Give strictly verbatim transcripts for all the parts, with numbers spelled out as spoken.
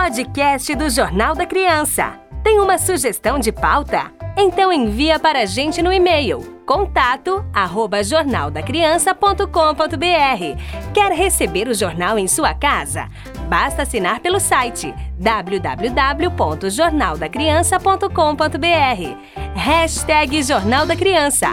podcast do Jornal da Criança. Tem uma sugestão de pauta? Então envia para a gente no e-mail contato arroba jornal da criança ponto com ponto br. Quer receber o jornal em sua casa? Basta assinar pelo site w w w ponto jornal da criança ponto com ponto br. Hashtag Jornal da Criança.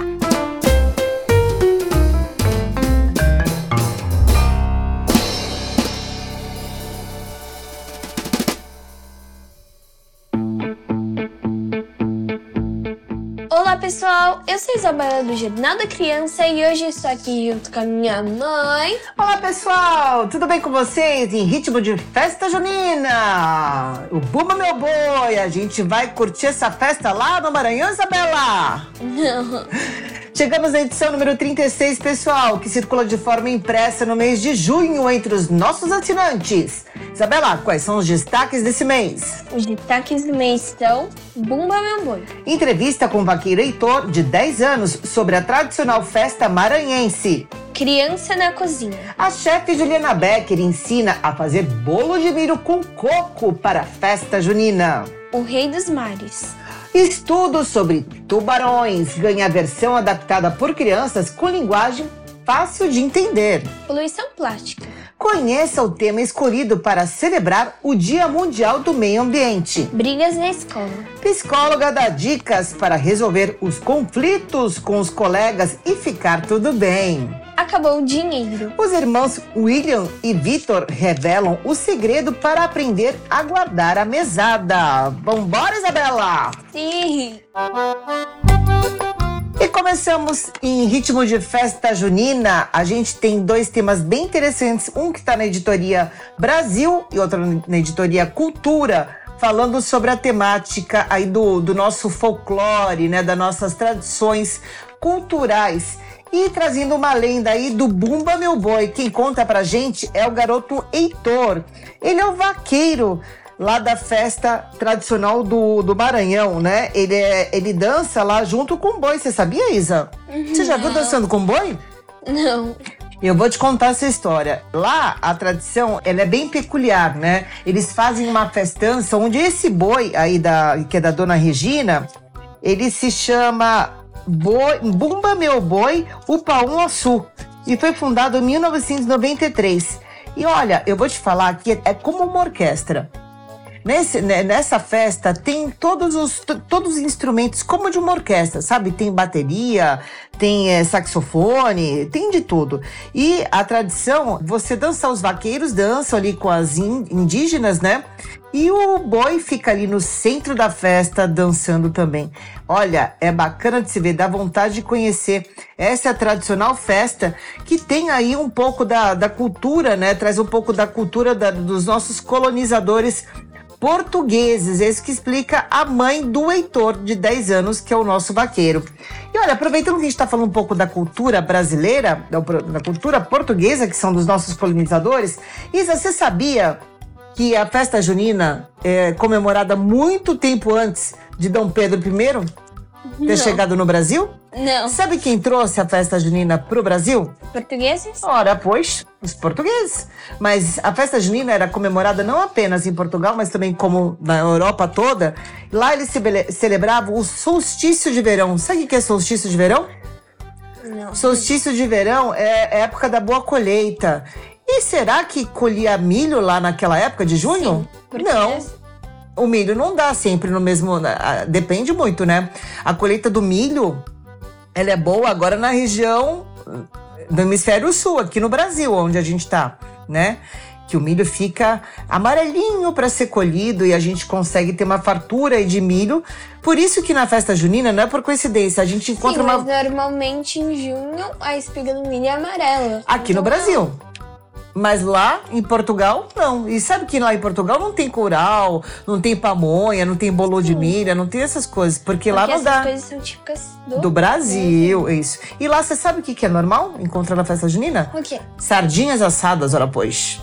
Olá pessoal, eu sou Isabela do Jornal da Criança e hoje estou aqui junto com a minha mãe. Olá pessoal, tudo bem com vocês? Em ritmo de festa junina, o Bumba Meu Boi, a gente vai curtir essa festa lá no Maranhão, Isabela? Não. Chegamos na edição número trinta e seis, pessoal, que circula de forma impressa no mês de junho entre os nossos assinantes. Isabela, quais são os destaques desse mês? Os destaques do mês são Bumba Meu Boi. Entrevista com o vaqueiro Heitor, de dez anos, sobre a tradicional festa maranhense. Criança na cozinha. A chefe Juliana Becker ensina a fazer bolo de milho com coco para a festa junina. O Rei dos Mares. Estudo sobre tubarões ganha a versão adaptada por crianças com linguagem fácil de entender. Poluição plástica. Conheça o tema escolhido para celebrar o Dia Mundial do Meio Ambiente. Brigas na escola. Psicóloga dá dicas para resolver os conflitos com os colegas e ficar tudo bem. Acabou o dinheiro. Os irmãos William e Vitor revelam o segredo para aprender a guardar a mesada. Vambora, Isabela! Sim! E começamos em ritmo de festa junina. A gente tem dois temas bem interessantes. Um que está na editoria Brasil e outro na editoria Cultura, falando sobre a temática aí do, do nosso folclore, né, das nossas tradições culturais. E trazendo uma lenda aí do Bumba Meu Boi. Quem conta pra gente é o garoto Heitor. Ele é o vaqueiro lá da festa tradicional do, do Maranhão, né? Ele, é, ele dança lá junto com o boi. Você sabia, Isa? Você já viu dançando com boi? Não. Eu vou te contar essa história. Lá, a tradição, ela é bem peculiar, né? Eles fazem uma festança onde esse boi aí, da, que é da Dona Regina, ele se chama Boi, Bumba Meu Boi, Upaum-Açu, e foi fundado em mil novecentos e noventa e três. E olha, eu vou te falar que é como uma orquestra. Nesse, nessa festa tem todos os, todos os instrumentos como de uma orquestra, sabe? Tem bateria, tem é, saxofone, tem de tudo. E a tradição, você dança, os vaqueiros dançam ali com as indígenas, né? E o boi fica ali no centro da festa dançando também. Olha, é bacana de se ver, dá vontade de conhecer. Essa é a tradicional festa que tem aí um pouco da, da cultura, né? Traz um pouco da cultura da, dos nossos colonizadores portugueses. Esse que explica a mãe do Heitor, de dez anos, que é o nosso vaqueiro. E olha, aproveitando que a gente está falando um pouco da cultura brasileira, da, da cultura portuguesa, que são dos nossos colonizadores, Isa, você sabia que a festa junina é comemorada muito tempo antes de Dom Pedro primeiro ter Não. chegado no Brasil? Não. Sabe quem trouxe a festa junina pro Brasil? Portugueses? Ora, pois, os portugueses. Mas a festa junina era comemorada não apenas em Portugal, mas também como na Europa toda. Lá eles celebravam o solstício de verão. Sabe o que é solstício de verão? Não. Solstício de verão é época da boa colheita. E será que colhia milho lá naquela época de junho? Sim, não. O milho não dá sempre no mesmo... Depende muito, né? A colheita do milho, ela é boa agora na região do hemisfério sul, aqui no Brasil, onde a gente tá, né? Que o milho fica amarelinho para ser colhido e a gente consegue ter uma fartura aí de milho. Por isso que na festa junina, não é por coincidência, a gente encontra Sim, uma... mas normalmente em junho a espiga do milho é amarela. Aqui no Brasil. Mas lá em Portugal, não. E sabe que lá em Portugal não tem curau, não tem pamonha, não tem bolo de milho, não tem essas coisas. Porque, porque lá não essas dá. Essas coisas são típicas do, do Brasil. Brasil. Isso. E lá você sabe o que é normal encontrar na festa junina? O quê? Sardinhas assadas, ora pois.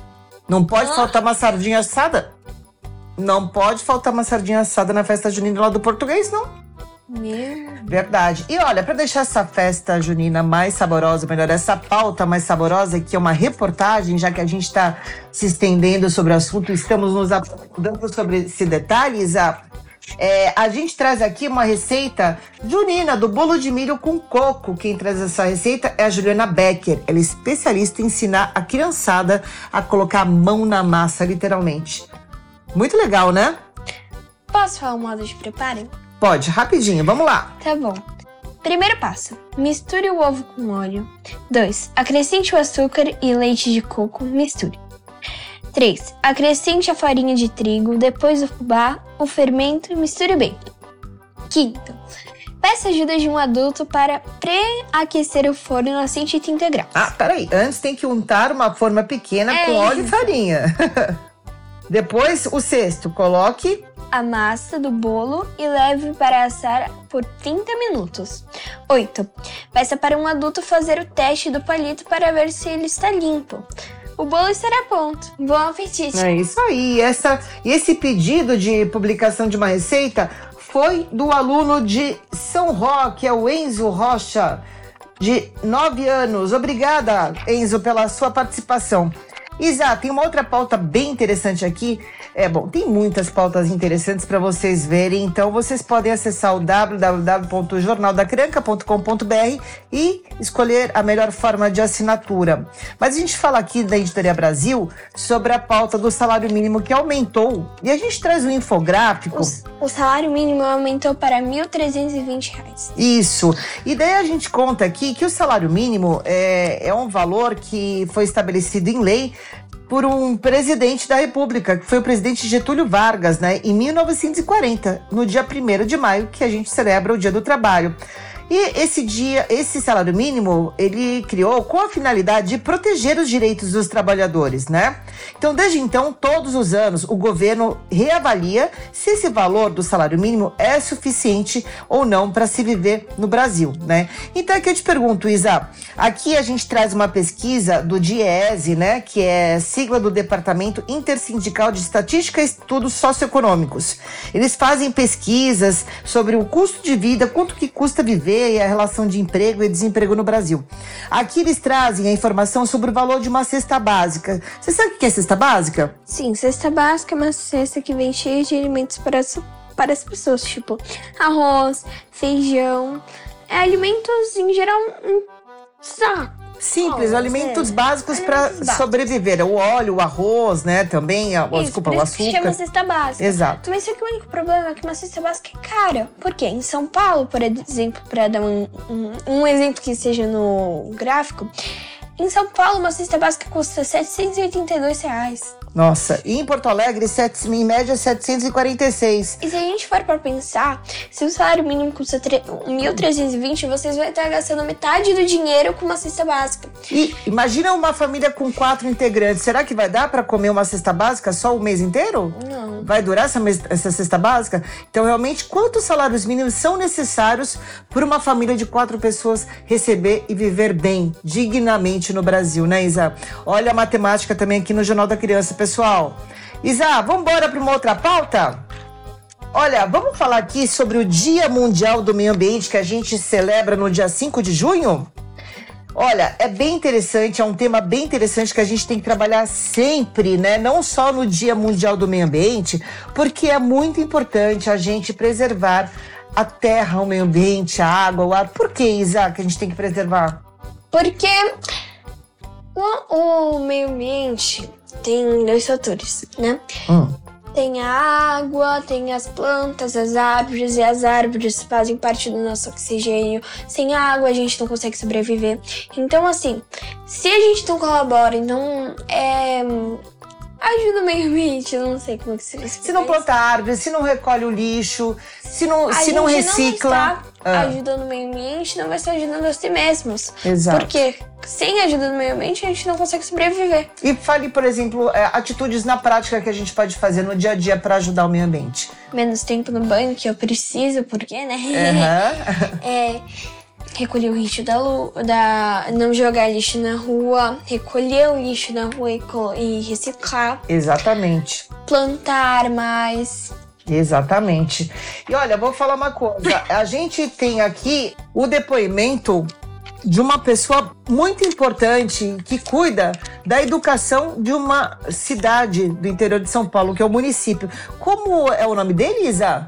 Não pode ah. faltar uma sardinha assada. Não pode faltar uma sardinha assada na festa junina lá do português, não. Meu. Verdade. E olha, para deixar essa festa junina mais saborosa, melhor, essa pauta mais saborosa, que é uma reportagem, já que a gente está se estendendo sobre o assunto, estamos nos aprofundando sobre esse detalhe, Isa. É, a gente traz aqui uma receita junina do bolo de milho com coco. Quem traz essa receita é a Juliana Becker. Ela é especialista em ensinar a criançada a colocar a mão na massa, literalmente. Muito legal, né? Posso falar o modo de preparo? Pode, rapidinho, vamos lá. Tá bom. Primeiro passo, misture o ovo com óleo. dois. Acrescente o açúcar e leite de coco, misture. três. Acrescente a farinha de trigo, depois o fubá, o fermento e misture bem. Quinto. Peça ajuda de um adulto para pré-aquecer o forno a cento e trinta graus. Ah, peraí. Antes tem que untar uma forma pequena É com óleo isso. e farinha. Depois, o sexto, coloque... A massa do bolo e leve para assar por trinta minutos. oito. Peça para um adulto fazer o teste do palito para ver se ele está limpo. O bolo estará pronto. Bom apetite! É isso aí. Essa, e esse pedido de publicação de uma receita foi do aluno de São Roque, é o Enzo Rocha, de nove anos. Obrigada, Enzo, pela sua participação. Isa, tem uma outra pauta bem interessante aqui. É bom, tem muitas pautas interessantes para vocês verem, então vocês podem acessar o w w w ponto jornal da criança ponto com ponto b r e escolher a melhor forma de assinatura. Mas a gente fala aqui da Editoria Brasil sobre a pauta do salário mínimo que aumentou e a gente traz um infográfico. O, o salário mínimo aumentou para mil trezentos e vinte reais. Isso. E daí a gente conta aqui que o salário mínimo é, é um valor que foi estabelecido em lei por um presidente da República, que foi o presidente Getúlio Vargas, né, em mil novecentos e quarenta, no dia primeiro de maio, que a gente celebra o Dia do Trabalho. E esse dia, esse salário mínimo, ele criou com a finalidade de proteger os direitos dos trabalhadores, né? Então, desde então, todos os anos, o governo reavalia se esse valor do salário mínimo é suficiente ou não para se viver no Brasil, né? Então, aqui eu te pergunto, Isa, aqui a gente traz uma pesquisa do DIEESE, né? Que é sigla do Departamento Intersindical de Estatística e Estudos Socioeconômicos. Eles fazem pesquisas sobre o custo de vida, quanto que custa viver e a relação de emprego e desemprego no Brasil. Aqui eles trazem a informação sobre o valor de uma cesta básica. Você sabe o que é cesta básica? Sim, cesta básica é uma cesta que vem cheia de alimentos para as, para as pessoas, tipo arroz, feijão, é, alimentos em geral, hum, só. Simples, Oh, alimentos é. básicos para Alimentos básicos. sobreviver. O óleo, o arroz, né? Também, a, Isso, desculpa, por o isso que açúcar. chama cesta básica. Exato. Mas só que o único problema é que uma cesta básica é cara. Por quê? Em São Paulo, por exemplo, para dar um, um, um exemplo que seja no gráfico, em São Paulo uma cesta básica custa setecentos e oitenta e dois reais. Nossa, e em Porto Alegre, sete, em média, setecentos e quarenta e seis. E se a gente for para pensar, se o salário mínimo custa mil trezentos e vinte, vocês vão estar gastando metade do dinheiro com uma cesta básica. E imagina uma família com quatro integrantes. Será que vai dar para comer uma cesta básica só o mês inteiro? Não. Vai durar essa, mes- essa cesta básica? Então, realmente, quantos salários mínimos são necessários para uma família de quatro pessoas receber e viver bem, dignamente no Brasil, né, Isa? Olha a matemática também aqui no Jornal da Criança, pessoal. Isa, vamos embora para uma outra pauta? Olha, vamos falar aqui sobre o Dia Mundial do Meio Ambiente que a gente celebra no dia cinco de junho? Olha, é bem interessante, é um tema bem interessante que a gente tem que trabalhar sempre, né? Não só no Dia Mundial do Meio Ambiente, porque é muito importante a gente preservar a terra, o meio ambiente, a água, o ar. Por que, Isa, que a gente tem que preservar? Porque o, o meio ambiente tem dois fatores, né? Hum. Tem a água, tem as plantas, as árvores, e as árvores fazem parte do nosso oxigênio. Sem água a gente não consegue sobreviver. Então, assim, se a gente não colabora, então é... ajuda o meio ambiente, eu não sei como é que se diz. Se não planta árvore, se não recolhe o lixo, se não, A se gente não recicla. não está Ah. ajudando o meio ambiente, não vai estar ajudando a si mesmos. Exato. Porque sem a ajuda do meio ambiente, a gente não consegue sobreviver. E fale, por exemplo, é, atitudes na prática que a gente pode fazer no dia a dia para ajudar o meio ambiente. Menos tempo no banho, que eu preciso, porque, né? Uhum. É, recolher o lixo da, lu- da... Não jogar lixo na rua, recolher o lixo na rua e, colo- e reciclar. Exatamente. Plantar mais. Exatamente. E olha, vou falar uma coisa. A gente tem aqui o depoimento de uma pessoa muito importante que cuida da educação de uma cidade do interior de São Paulo, que é o município. Como é o nome dele, Isa?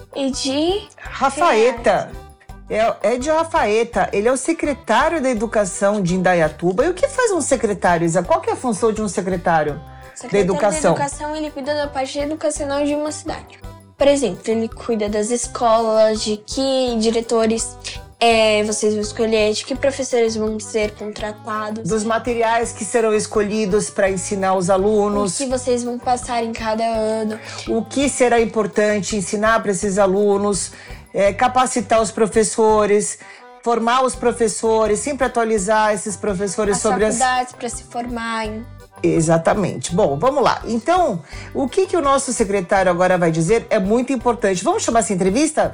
Edi Rafaeta. É, é de Rafaeta. Ele é o secretário da Educação de Indaiatuba. E o que faz um secretário, Isa? Qual que é a função de um secretário? Da educação. Da educação, ele cuida da parte educacional de uma cidade. Por exemplo, ele cuida das escolas, de que diretores é, vocês vão escolher, de que professores vão ser contratados. Dos materiais que serão escolhidos para ensinar os alunos. O que vocês vão passar em cada ano. O que será importante ensinar para esses alunos, é, capacitar os professores, formar os professores, sempre atualizar esses professores as sobre as faculdades para se formarem. Exatamente. Bom, vamos lá. Então, o que, que o nosso secretário agora vai dizer é muito importante. Vamos chamar essa entrevista?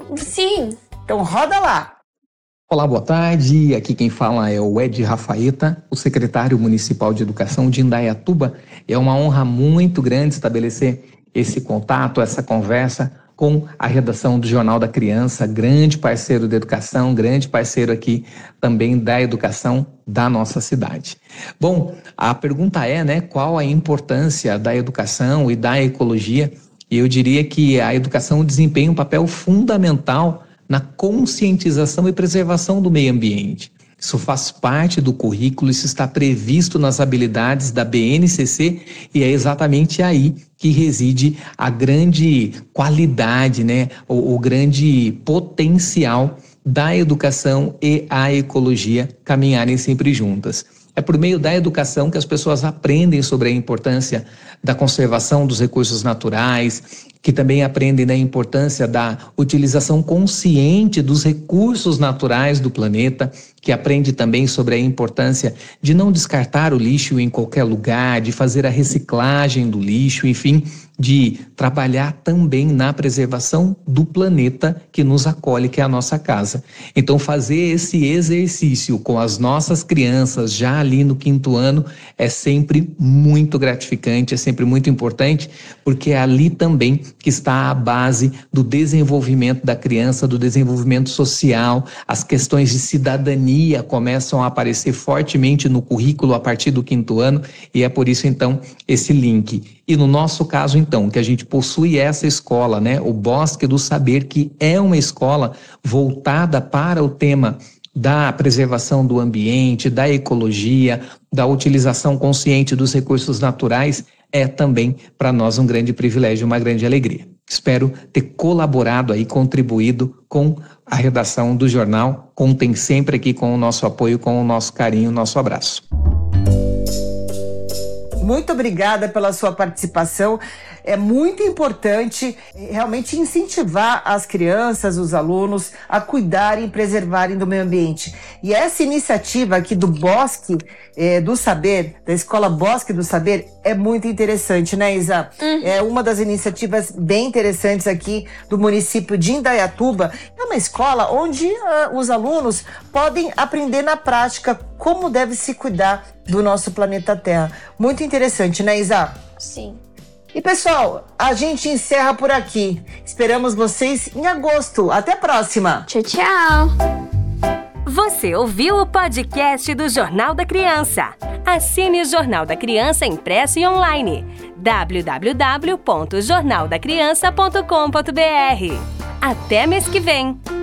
Sim. Então, roda lá. Olá, boa tarde. Aqui quem fala é o Edi Rafaeta, o secretário municipal de educação de Indaiatuba. É uma honra muito grande estabelecer esse contato, essa conversa com a redação do Jornal da Criança, grande parceiro da educação, grande parceiro aqui também da educação da nossa cidade. Bom, a pergunta é, né, qual a importância da educação e da ecologia? E eu diria que a educação desempenha um papel fundamental na conscientização e preservação do meio ambiente. Isso faz parte do currículo, isso está previsto nas habilidades da B N C C e é exatamente aí que reside a grande qualidade, né, o, o grande potencial da educação e a ecologia caminharem sempre juntas. É por meio da educação que as pessoas aprendem sobre a importância da conservação dos recursos naturais, que também aprendem da importância da utilização consciente dos recursos naturais do planeta, que aprende também sobre a importância de não descartar o lixo em qualquer lugar, de fazer a reciclagem do lixo, enfim, de trabalhar também na preservação do planeta que nos acolhe, que é a nossa casa. Então, fazer esse exercício com as nossas crianças já ali no quinto ano é sempre muito gratificante, é sempre muito importante, porque é ali também que está a base do desenvolvimento da criança, do desenvolvimento social. As questões de cidadania começam a aparecer fortemente no currículo a partir do quinto ano e é por isso, então, esse link. E no nosso caso, então, que a gente possui essa escola, né, o Bosque do Saber, que é uma escola voltada para o tema da preservação do ambiente, da ecologia, da utilização consciente dos recursos naturais, é também para nós um grande privilégio, uma grande alegria. Espero ter colaborado aí, contribuído com a redação do jornal. Contem sempre aqui com o nosso apoio, com o nosso carinho, o nosso abraço. Muito obrigada pela sua participação. É muito importante realmente incentivar as crianças, os alunos a cuidarem e preservarem do meio ambiente. E essa iniciativa aqui do Bosque é, do Saber, da Escola Bosque do Saber, é muito interessante, né, Isa? Uhum. É uma das iniciativas bem interessantes aqui do município de Indaiatuba. É uma escola onde uh, os alunos podem aprender na prática como deve se cuidar do nosso planeta Terra. Muito interessante, né, Isa? Sim. E pessoal, a gente encerra por aqui. Esperamos vocês em agosto. Até a próxima. Tchau, tchau. Você ouviu o podcast do Jornal da Criança. Assine o Jornal da Criança impresso e online. w w w ponto jornal da criança ponto com ponto b r. Até mês que vem.